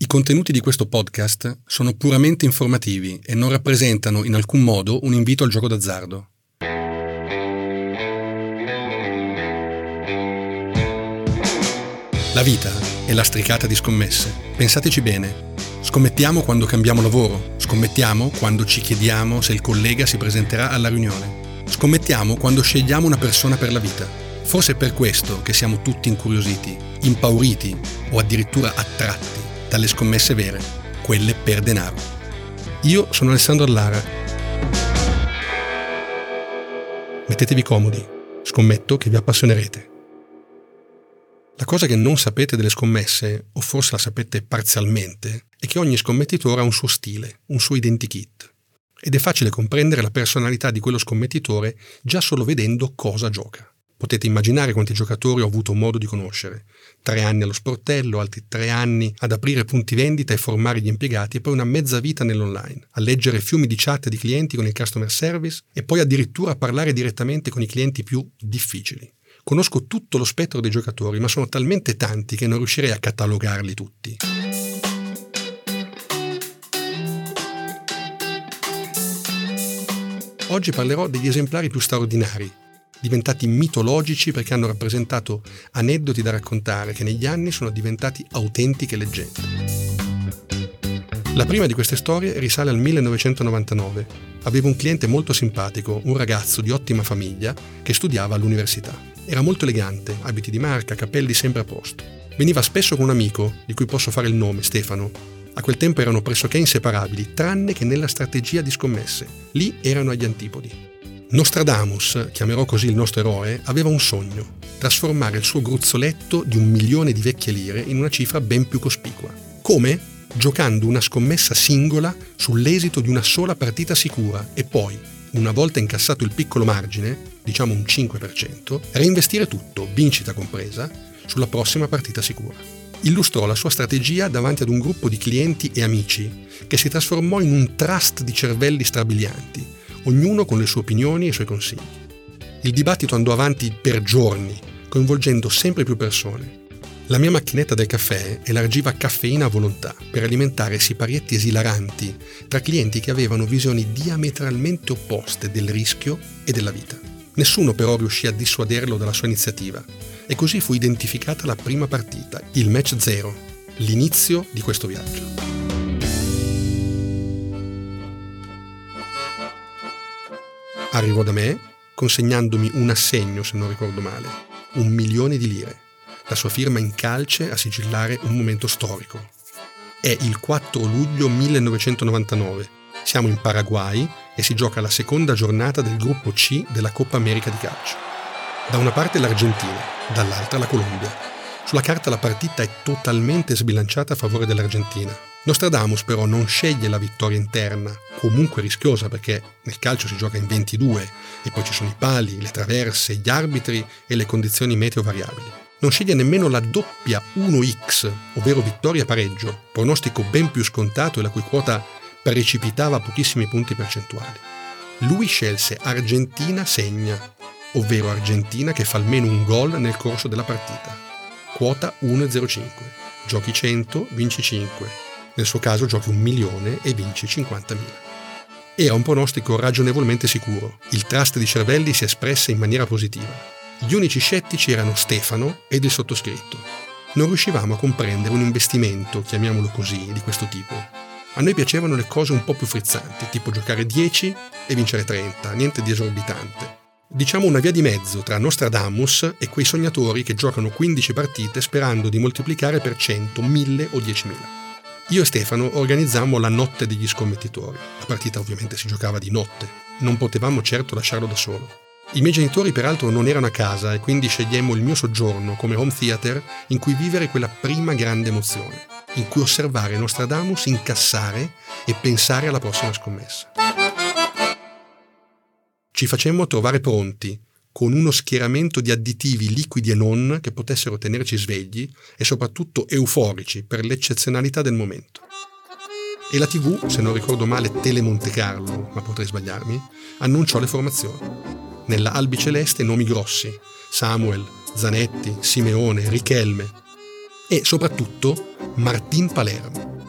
contenuti di questo podcast sono puramente informativi e non rappresentano in alcun modo un invito al gioco d'azzardo. La vita è lastricata di scommesse. Pensateci bene. Scommettiamo quando cambiamo lavoro. Scommettiamo quando ci chiediamo se il collega si presenterà alla riunione. Scommettiamo quando scegliamo una persona per la vita. Forse è per questo che siamo tutti incuriositi, impauriti o addirittura attratti dalle scommesse vere, quelle per denaro. Io sono Alessandro Allara. Mettetevi comodi, scommetto che vi appassionerete. La cosa che non sapete delle scommesse, o forse la sapete parzialmente, è che ogni scommettitore ha un suo stile, un suo identikit. Ed è facile comprendere la personalità di quello scommettitore già solo vedendo cosa gioca. Potete immaginare quanti giocatori ho avuto modo di conoscere. 3 anni allo sportello, altri 3 anni ad aprire punti vendita e formare gli impiegati e poi una mezza vita nell'online, a leggere fiumi di chat di clienti con il customer service e poi addirittura a parlare direttamente con i clienti più difficili. Conosco tutto lo spettro dei giocatori, ma sono talmente tanti che non riuscirei a catalogarli tutti. Oggi parlerò degli esemplari più straordinari, diventati mitologici perché hanno rappresentato aneddoti da raccontare che negli anni sono diventati autentiche leggende. La prima di queste storie risale al 1999. Avevo un cliente molto simpatico, un ragazzo di ottima famiglia che studiava all'università. Era molto elegante, abiti di marca, capelli sempre a posto. Veniva spesso con un amico, di cui posso fare il nome, Stefano. A quel tempo erano pressoché inseparabili, tranne che nella strategia di scommesse. Lì erano agli antipodi. Nostradamus, chiamerò così il nostro eroe, aveva un sogno: trasformare il suo gruzzoletto di 1 milione di vecchie lire in una cifra ben più cospicua. Come? Giocando una scommessa singola sull'esito di una sola partita sicura e poi, una volta incassato il piccolo margine, diciamo un 5%, reinvestire tutto, vincita compresa, sulla prossima partita sicura. Illustrò la sua strategia davanti ad un gruppo di clienti e amici che si trasformò in un trust di cervelli strabilianti, ognuno con le sue opinioni e i suoi consigli. Il dibattito andò avanti per giorni, coinvolgendo sempre più persone. La mia macchinetta del caffè elargiva caffeina a volontà per alimentare siparietti esilaranti tra clienti che avevano visioni diametralmente opposte del rischio e della vita. Nessuno però riuscì a dissuaderlo dalla sua iniziativa e così fu identificata la prima partita, il match 0, l'inizio di questo viaggio. Arrivò da me, consegnandomi un assegno, se non ricordo male, 1 milione di lire, la sua firma in calce a sigillare un momento storico. È il 4 luglio 1999, siamo in Paraguay e si gioca la seconda giornata del gruppo C della Coppa America di calcio. Da una parte l'Argentina, dall'altra la Colombia. Sulla carta la partita è totalmente sbilanciata a favore dell'Argentina. Nostradamus però non sceglie la vittoria interna, comunque rischiosa perché nel calcio si gioca in 22 e poi ci sono i pali, le traverse, gli arbitri e le condizioni meteo variabili. Non sceglie nemmeno la doppia 1x, ovvero vittoria-pareggio, pronostico ben più scontato e la cui quota precipitava a pochissimi punti percentuali. Lui scelse Argentina segna, ovvero Argentina che fa almeno un gol nel corso della partita. Quota 1,05. Giochi 100, vinci 5. Nel suo caso giochi 1 milione e vinci 50.000. Era un pronostico ragionevolmente sicuro. Il trust di cervelli si espresse in maniera positiva. Gli unici scettici erano Stefano ed il sottoscritto. Non riuscivamo a comprendere un investimento, chiamiamolo così, di questo tipo. A noi piacevano le cose un po' più frizzanti, tipo giocare 10 e vincere 30, niente di esorbitante. Diciamo una via di mezzo tra Nostradamus e quei sognatori che giocano 15 partite sperando di moltiplicare per 100, 1000 o 10.000. Io e Stefano organizzammo la notte degli scommettitori. La partita ovviamente si giocava di notte. Non potevamo certo lasciarlo da solo. I miei genitori peraltro non erano a casa e quindi scegliemmo il mio soggiorno come home theater in cui vivere quella prima grande emozione, in cui osservare Nostradamus incassare e pensare alla prossima scommessa. Ci facemmo trovare pronti, con uno schieramento di additivi liquidi e non che potessero tenerci svegli e soprattutto euforici per l'eccezionalità del momento. E la TV, se non ricordo male Tele Monte Carlo, ma potrei sbagliarmi, annunciò le formazioni. Nella albiceleste nomi grossi: Samuel, Zanetti, Simeone, Richelme e soprattutto Martin Palermo.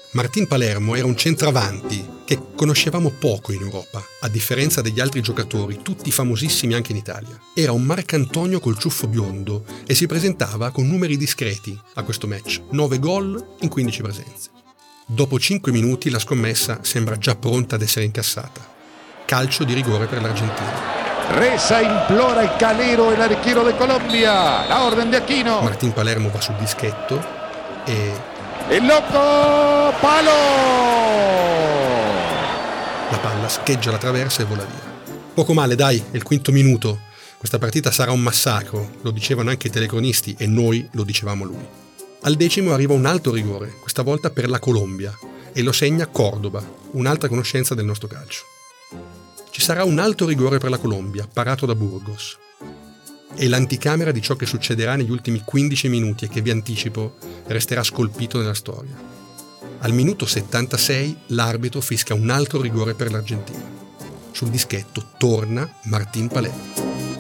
Martin Palermo era un centravanti che conoscevamo poco in Europa, a differenza degli altri giocatori, tutti famosissimi anche in Italia. Era un Marcantonio col ciuffo biondo e si presentava con numeri discreti a questo match, 9 gol in 15 presenze. Dopo 5 minuti la scommessa sembra già pronta ad essere incassata. Calcio di rigore per l'Argentina. Reza implora il Calero, el arquero de Colombia. La orden de Aquino. Martin Palermo va sul dischetto e... Il loco palo! La palla scheggia la traversa e vola via. Poco male, dai, è il 5° minuto. Questa partita sarà un massacro, lo dicevano anche i telecronisti e noi lo dicevamo a lui. Al 10° arriva un altro rigore, questa volta per la Colombia, e lo segna Córdoba, un'altra conoscenza del nostro calcio. Ci sarà un altro rigore per la Colombia, parato da Burgos. È l'anticamera di ciò che succederà negli ultimi 15 minuti e che, vi anticipo, resterà scolpito nella storia. Al minuto 76 l'arbitro fischia un altro rigore per l'Argentina. Sul dischetto torna Martin Palermo.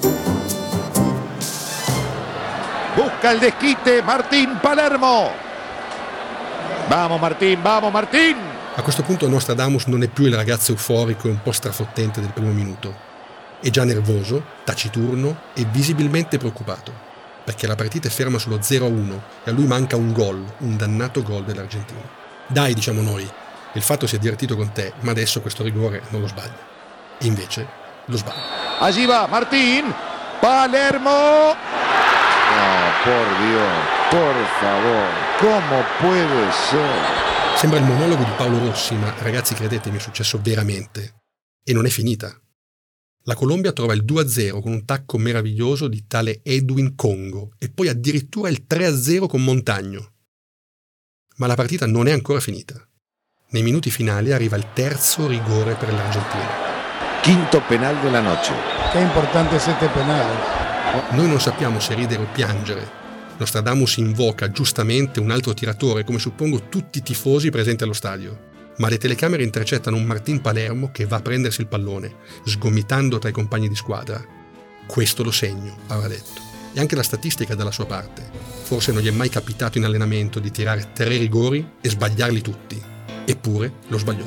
Busca il desquite Martin Palermo. Vamos Martin, vamos Martin! A questo punto Nostradamus non è più il ragazzo euforico e un po' strafottente del primo minuto. È già nervoso, taciturno e visibilmente preoccupato, perché la partita è ferma sullo 0-1 e a lui manca un gol, un dannato gol dell'Argentina. Dai, diciamo noi, il fatto si è divertito con te, ma adesso questo rigore non lo sbaglia. E invece lo sbaglia. Allí va Martin Palermo. No, por Dios, por favor, ¿cómo puede ser? Sembra il monologo di Paolo Rossi, ma ragazzi, credetemi, è successo veramente. E non è finita. La Colombia trova il 2-0 con un tacco meraviglioso di tale Edwin Congo e poi addirittura il 3-0 con Montagno. Ma la partita non è ancora finita. Nei minuti finali arriva il terzo rigore per l'Argentina. Quinto penal della noche. Che importante è este penale. Noi non sappiamo se ridere o piangere. Nostradamus invoca giustamente un altro tiratore, come suppongo tutti i tifosi presenti allo stadio. Ma le telecamere intercettano un Martin Palermo che va a prendersi il pallone, sgomitando tra i compagni di squadra. Questo lo segno, aveva detto. E anche la statistica è dalla sua parte. Forse non gli è mai capitato in allenamento di tirare 3 rigori e sbagliarli tutti. Eppure lo sbagliò.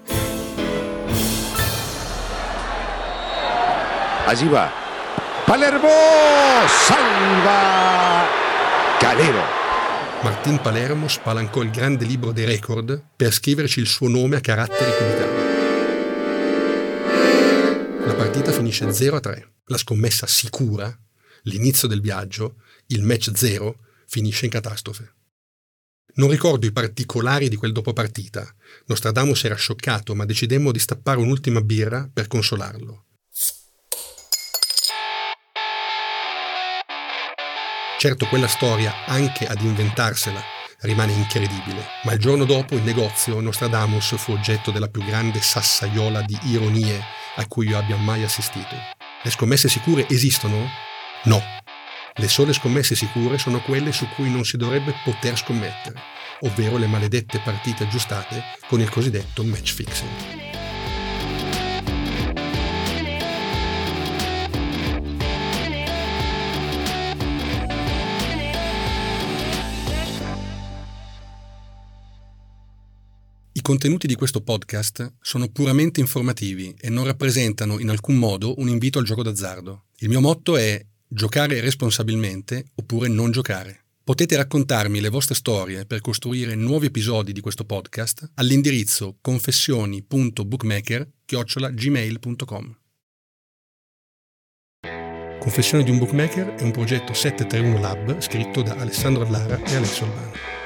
Allí va Palermo, salva Calero. Martin Palermo spalancò il grande libro dei record per scriverci il suo nome a caratteri cubitali. La partita finisce 0-3. La scommessa sicura, l'inizio del viaggio, il match 0, finisce in catastrofe. Non ricordo i particolari di quel dopopartita. Nostradamus era scioccato, ma decidemmo di stappare un'ultima birra per consolarlo. Certo, quella storia, anche ad inventarsela, rimane incredibile, ma il giorno dopo in negozio Nostradamus fu oggetto della più grande sassaiola di ironie a cui io abbia mai assistito. Le scommesse sicure esistono? No. Le sole scommesse sicure sono quelle su cui non si dovrebbe poter scommettere, ovvero le maledette partite aggiustate con il cosiddetto match fixing. I contenuti di questo podcast sono puramente informativi e non rappresentano in alcun modo un invito al gioco d'azzardo. Il mio motto è giocare responsabilmente oppure non giocare. Potete raccontarmi le vostre storie per costruire nuovi episodi di questo podcast all'indirizzo confessioni.bookmaker@gmail.com. Confessioni di un Bookmaker è un progetto 731 Lab scritto da Alessandro Allara e Alessio Albano.